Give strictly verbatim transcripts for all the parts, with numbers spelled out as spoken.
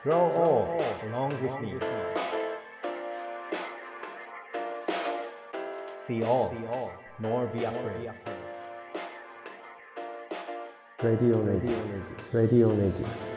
Grow old along with me. See all, nor be afraid. Radio Radio Radio Radio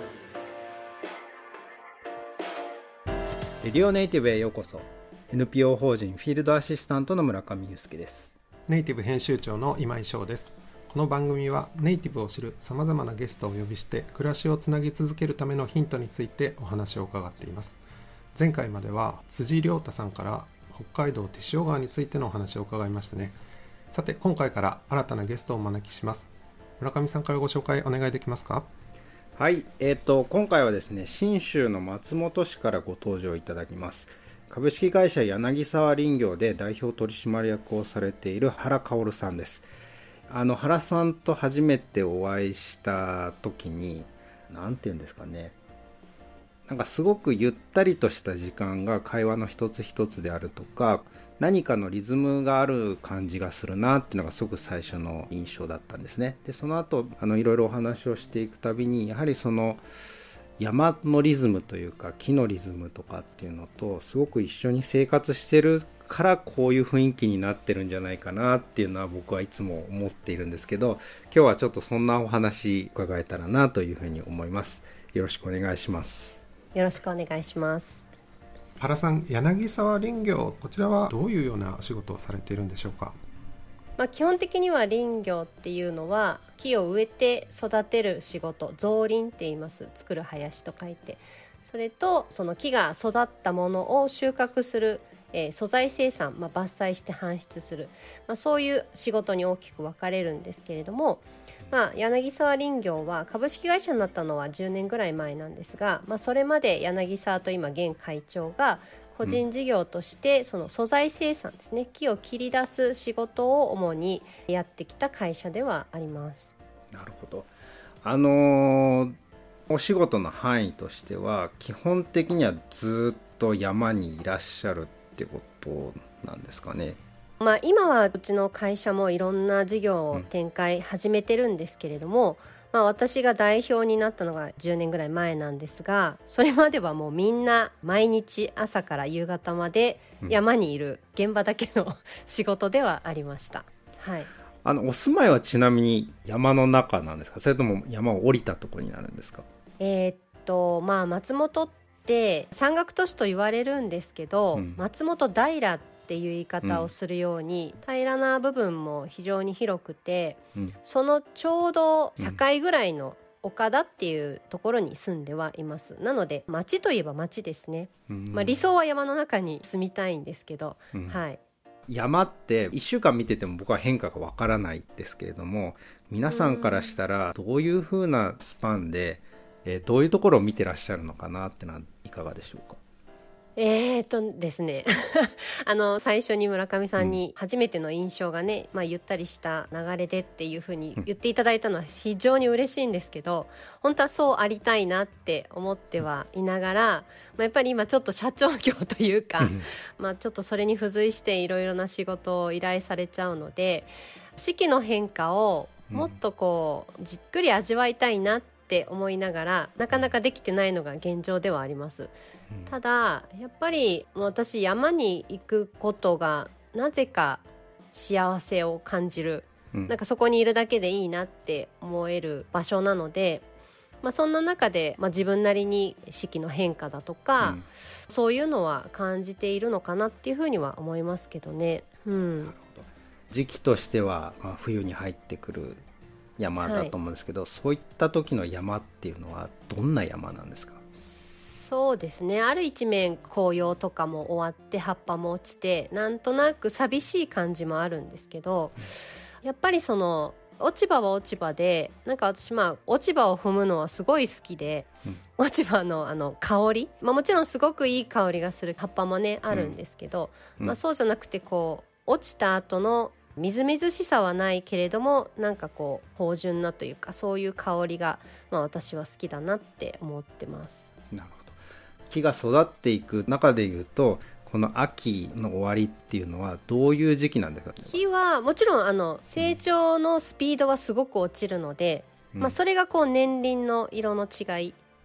レディオネイティブへようこそ。 エヌピーオー 法人フィールドアシスタントの村上祐介です。 ネイティブ編集長の今井翔です。この番組はネイティブを知るさまざまなゲストをお呼びして暮らしをつなぎ続けるためのヒントについてお話を伺っています。前回までは辻亮太さんから北海道手塩川についてのお話を伺いましたね。さて今回から新たなゲストをお招きします。村上さんからご紹介お願いできますか？ はい、えーと今回はですね、信州の松本市からご登場いただきます。株式会社柳沢林業で代表取締役をされている原薫さんです。あの原さんと初めてお会いした時に、なんていうんですかね、なんかすごくゆったりとした時間が会話の一つ一つであるとか、何かのリズムがある感じがするなっていうのがすごく最初の印象だったんですね。でその後あのいろいろお話をしていくたびに、やはりその山のリズムというか木のリズムとかっていうのとすごく一緒に生活してるからこういう雰囲気になってるんじゃないかなっていうのは僕はいつも思っているんですけど、今日はちょっとそんなお話伺えたらなというふうに思います。よろしくお願いします。 よろしくお願いします。 原さん、柳沢林業、こちらはどういうような仕事をされているんでしょうか？ まあ、基本的には林業っていうのは木を植えて育てる仕事、造林って言います。作る林と書いて、それとその木が育ったものを収穫する、えー、素材生産、まあ、伐採して搬出する、まあ、そういう仕事に大きく分かれるんですけれども、まあ、柳沢林業は株式会社になったのはじゅうねんぐらい前なんですが、まあ、それまで柳沢と今現会長が個人事業としてその素材生産ですね、木を切り出す仕事を主にやってきた会社ではあります。 なるほど。あのー、お仕事の範囲としては基本的にはずっと山にいらっしゃるってことなんですかね？ まあ、今はうちの会社もいろんな事業を展開始めてるんですけれども、うんまあ、私が代表になったのがじゅうねんぐらい前なんですが、それまではもうみんな毎日朝から夕方まで山にいる現場だけの仕事ではありました、はい、 あのお住まいはちなみに山の中なんですか？それとも山を降りたところになるんですか？ えー、っとまあ松本って山岳都市と言われるんですけど、うん、松本平っていう言い方をするように、うん、平らな部分も非常に広くて、うん、そのちょうど境ぐらいの丘田っていうところに住んではいます。なので町といえば町ですね、うんまあ、理想は山の中に住みたいんですけど、うんはい、 山っていっしゅうかん見てても僕は変化がわからないですけれども、皆さんからしたらどういう風なスパンで、えー、どういうところを見てらっしゃるのかなってのはいかがでしょうか？ えーとですねあの最初に村上さんに初めての印象がね、まあ、ゆったりした流れでっていう風に言っていただいたのは非常に嬉しいんですけど、本当はそうありたいなって思ってはいながら、まあ、やっぱり今ちょっと社長業というかまあちょっとそれに付随していろいろな仕事を依頼されちゃうので、四季の変化をもっとこうじっくり味わいたいなってって思いながらなかなかできてないのが現状ではあります、うん、ただやっぱり私山に行くことがなぜか幸せを感じる、うん、なんかそこにいるだけでいいなって思える場所なので、まあ、そんな中で、まあ、自分なりに四季の変化だとか、うん、そういうのは感じているのかなっていうふうには思いますけどね、うん、 なるほど。時期としては、まあ、冬に入ってくる山だと思うんですけど、はい、そういった時の山っていうのはどんな山なんですか？ そうですね、ある一面紅葉とかも終わって葉っぱも落ちてなんとなく寂しい感じもあるんですけど、うん、やっぱりその落ち葉は落ち葉で、なんか私まあ落ち葉を踏むのはすごい好きで、うん、落ち葉 の, あの香り、まあ、もちろんすごくいい香りがする葉っぱもねあるんですけど、うんまあ、そうじゃなくてこう落ちた後のみずみずしさはないけれどもなんかこう芳醇なというかそういう香りが、まあ、私は好きだなって思ってます。 なるほど。木が育っていく中でいうとこの秋の終わりっていうのはどういう時期なんですか？ 木はもちろんあの成長のスピードはすごく落ちるので、うんまあ、それがこう年輪の色の違い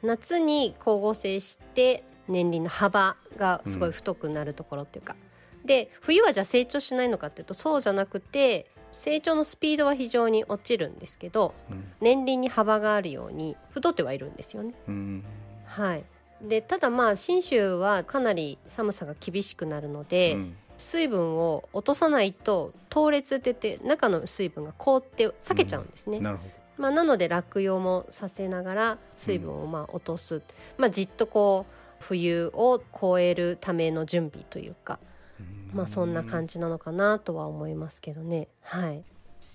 夏に光合成して年輪の幅がすごい太くなるところっていうか、うん、で冬はじゃあ成長しないのかっていうとそうじゃなくて、成長のスピードは非常に落ちるんですけど、うん、年輪に幅があるように太ってはいるんですよね、うん、はい。でただまあ信州はかなり寒さが厳しくなるので、うん、水分を落とさないと凍裂って言って中の水分が凍って裂けちゃうんですね、うん、なるほど。まあ、なので落葉もさせながら水分をまあ落とす、うん、まあ、じっとこう冬を越えるための準備というか、まあ、そんな感じなのかなとは思いますけどね。はい。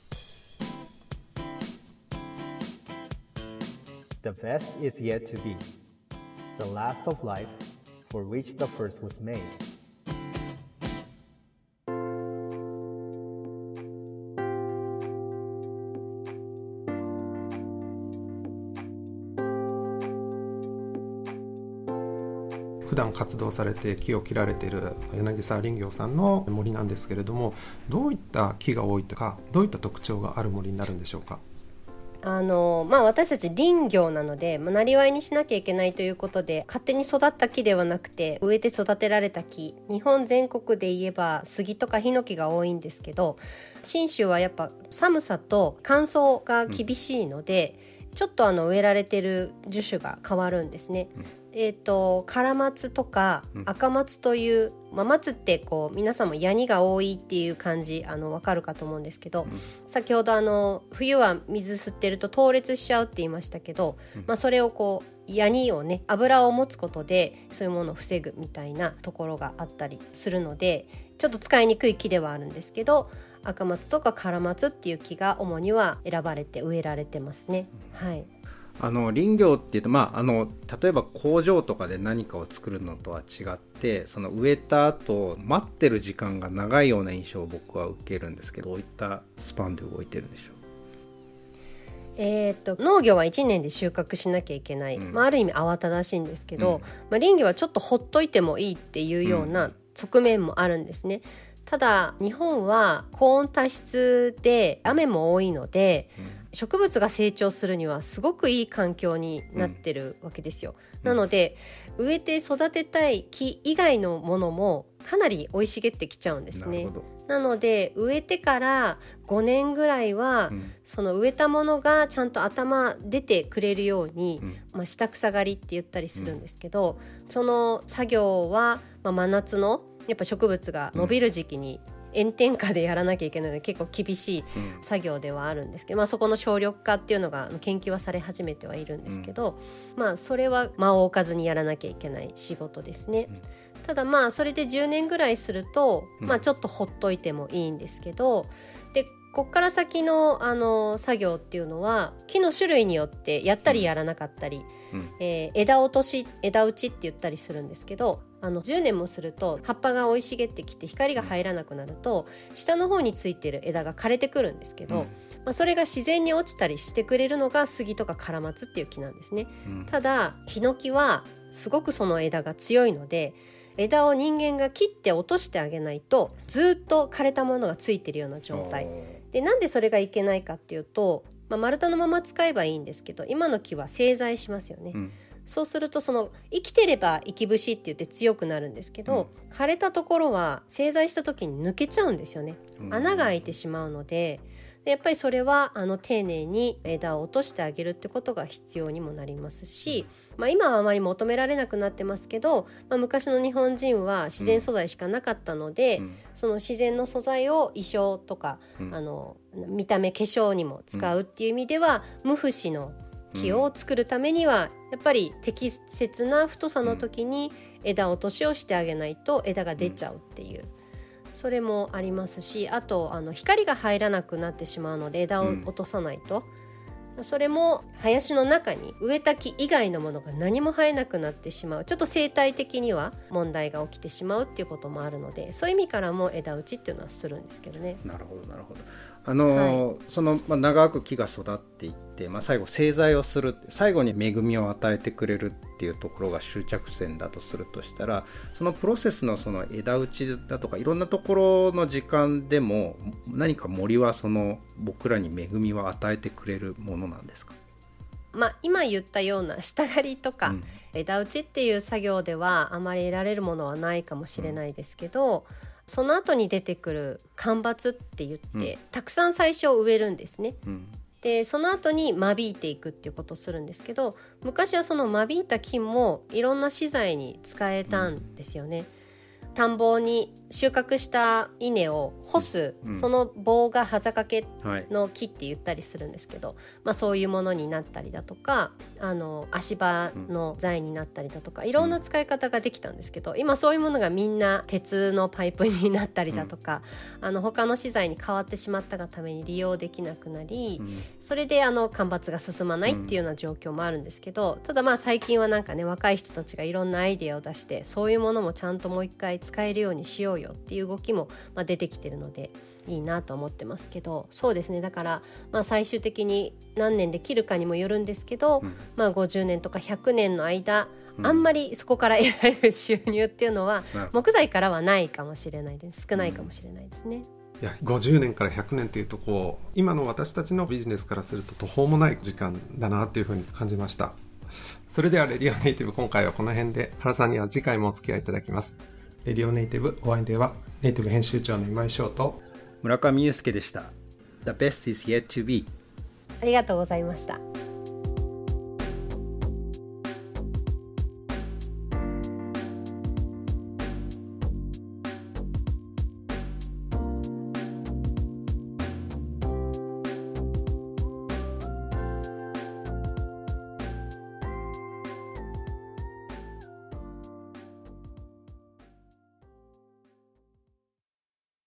The best is yet to be, the last of life for which the first was made. 普段活動されて木を切られている柳沢林業さんの森なんですけれども、どういった木が多いとかどういった特徴がある森になるんでしょうか。 あのまあ、私たち林業なので、まあ、なりわいにしなきゃいけないということで勝手に育った木ではなくて植えて育てられた木、日本全国で言えば杉とかヒノキが多いんですけど、信州はやっぱ寒さと乾燥が厳しいので、うん、ちょっとあの植えられてる樹種が変わるんですね、うん。えーと、カラマツとか赤松という、まあ、松ってこう皆さんもヤニが多いっていう感じあの分かるかと思うんですけど、うん、先ほどあの冬は水吸ってると凍裂しちゃうって言いましたけど、うん、まあ、それをこうヤニをね油を持つことでそういうものを防ぐみたいなところがあったりするので、ちょっと使いにくい木ではあるんですけど、赤松とかカラマツっていう木が主には選ばれて植えられてますね、うん、はい。 あの林業っていうと、まあ、あの例えば工場とかで何かを作るのとは違って、その植えた後待ってる時間が長いような印象を僕は受けるんですけど、どういったスパンで動いてるんでしょう。 えー、と農業はいちねんで収穫しなきゃいけない、うん、まあ、ある意味慌ただしいんですけど、うん、まあ、林業はちょっとほっといてもいいっていうような側面もあるんですね、うん。ただ日本は高温多湿で雨も多いので、うん、植物が成長するにはすごくいい環境になってるわけですよ、うん、なので植えて育てたい木以外のものもかなり生い茂ってきちゃうんですね。 な, なので植えてからごねんぐらいは、うん、その植えたものがちゃんと頭出てくれるように、うん、まあ、下草刈りって言ったりするんですけど、うん、その作業は、まあ、真夏のやっぱ植物が伸びる時期に、うん、炎天下でやらなきゃいけないので結構厳しい作業ではあるんですけど、うん、まあ、そこの省力化っていうのが研究はされ始めてはいるんですけど、うん、まあ、それは間を置かずにやらなきゃいけない仕事ですね、うん。ただまあそれでじゅうねんぐらいすると、まあ、ちょっとほっといてもいいんですけど、でこっから先 の, あの作業っていうのは木の種類によってやったりやらなかったり、うん、えー、枝落とし枝打ちって言ったりするんですけど、あのじゅうねんもすると葉っぱが生い茂ってきて光が入らなくなると下の方についてる枝が枯れてくるんですけど、うん、まあ、それが自然に落ちたりしてくれるのが杉とかカラマツっていう木なんですね、うん、ただヒノキはすごくその枝が強いので枝を人間が切って落としてあげないとずっと枯れたものがついてるような状態で、なんでそれがいけないかっていうと、まあ、丸太のまま使えばいいんですけど今の木は製材しますよね、うん、そうするとその生きてれば生き節って言って強くなるんですけど、うん、枯れたところは製材した時に抜けちゃうんですよね、うん、穴が開いてしまうので、でやっぱりそれはあの丁寧に枝を落としてあげるってことが必要にもなりますし、まあ、今はあまり求められなくなってますけど、まあ、昔の日本人は自然素材しかなかったので、うん、その自然の素材を衣装とか、うん、あの見た目化粧にも使うっていう意味では、うん、無節の木を作るためにはやっぱり適切な太さの時に枝落としをしてあげないと枝が出ちゃうっていう、それもありますし、あとあの光が入らなくなってしまうので枝を落とさないと、うん、それも林の中に植えた木以外のものが何も生えなくなってしまう、ちょっと生態的には問題が起きてしまうっていうこともあるので、そういう意味からも枝打ちっていうのはするんですけどね。 なるほどなるほど。あの、はい、その、まあ、長く木が育っていって、まあ、最後製材をする、最後に恵みを与えてくれるっていうところが終着点だとするとしたら、そのプロセスのその枝打ちだとかいろんなところの時間でも何か森はその僕らに恵みを与えてくれるものなんですか？ まあ、今言ったような下刈りとか、うん、枝打ちっていう作業ではあまり得られるものはないかもしれないですけど、うん、その後に出てくる間伐って言って、うん、たくさん最初植えるんですね、うん、でその後に間引いていくっていうことをするんですけど、昔はその間引いた木もいろんな資材に使えたんですよね、うん、田んぼに収穫した稲を干す、うん、その棒が端掛けの木って言ったりするんですけど、はい、まあ、そういうものになったりだとか、あの足場の材になったりだとか、いろんな使い方ができたんですけど、今そういうものがみんな鉄のパイプになったりだとか、うん、あの他の資材に変わってしまったがために利用できなくなり、うん、それであの間伐が進まないっていうような状況もあるんですけど、ただまあ最近はなんかね、若い人たちがいろんなアイデアを出して、そういうものもちゃんともう一回使えるようにしようよっていう動きもまあ出てきてるのでいいなと思ってますけど、そうですね、だからまあ最終的に何年で切るかにもよるんですけど、うん、まあごじゅうねんとかひゃくねんの間、うん、あんまりそこから得られる収入っていうのは木材からはないかもしれないです。少ないかもしれないですね、 いやごじゅうねんからひゃくねんというと、こう今の私たちのビジネスからすると途方もない時間だなっていうふうに感じました。それではレディオネイティブ、今回はこの辺で、原さんには次回もお付き合いいただきます。レディオネイティブ、お相手はネイティブ編集長の今井翔と村上祐介でした。 The best is yet to be。 ありがとうございました。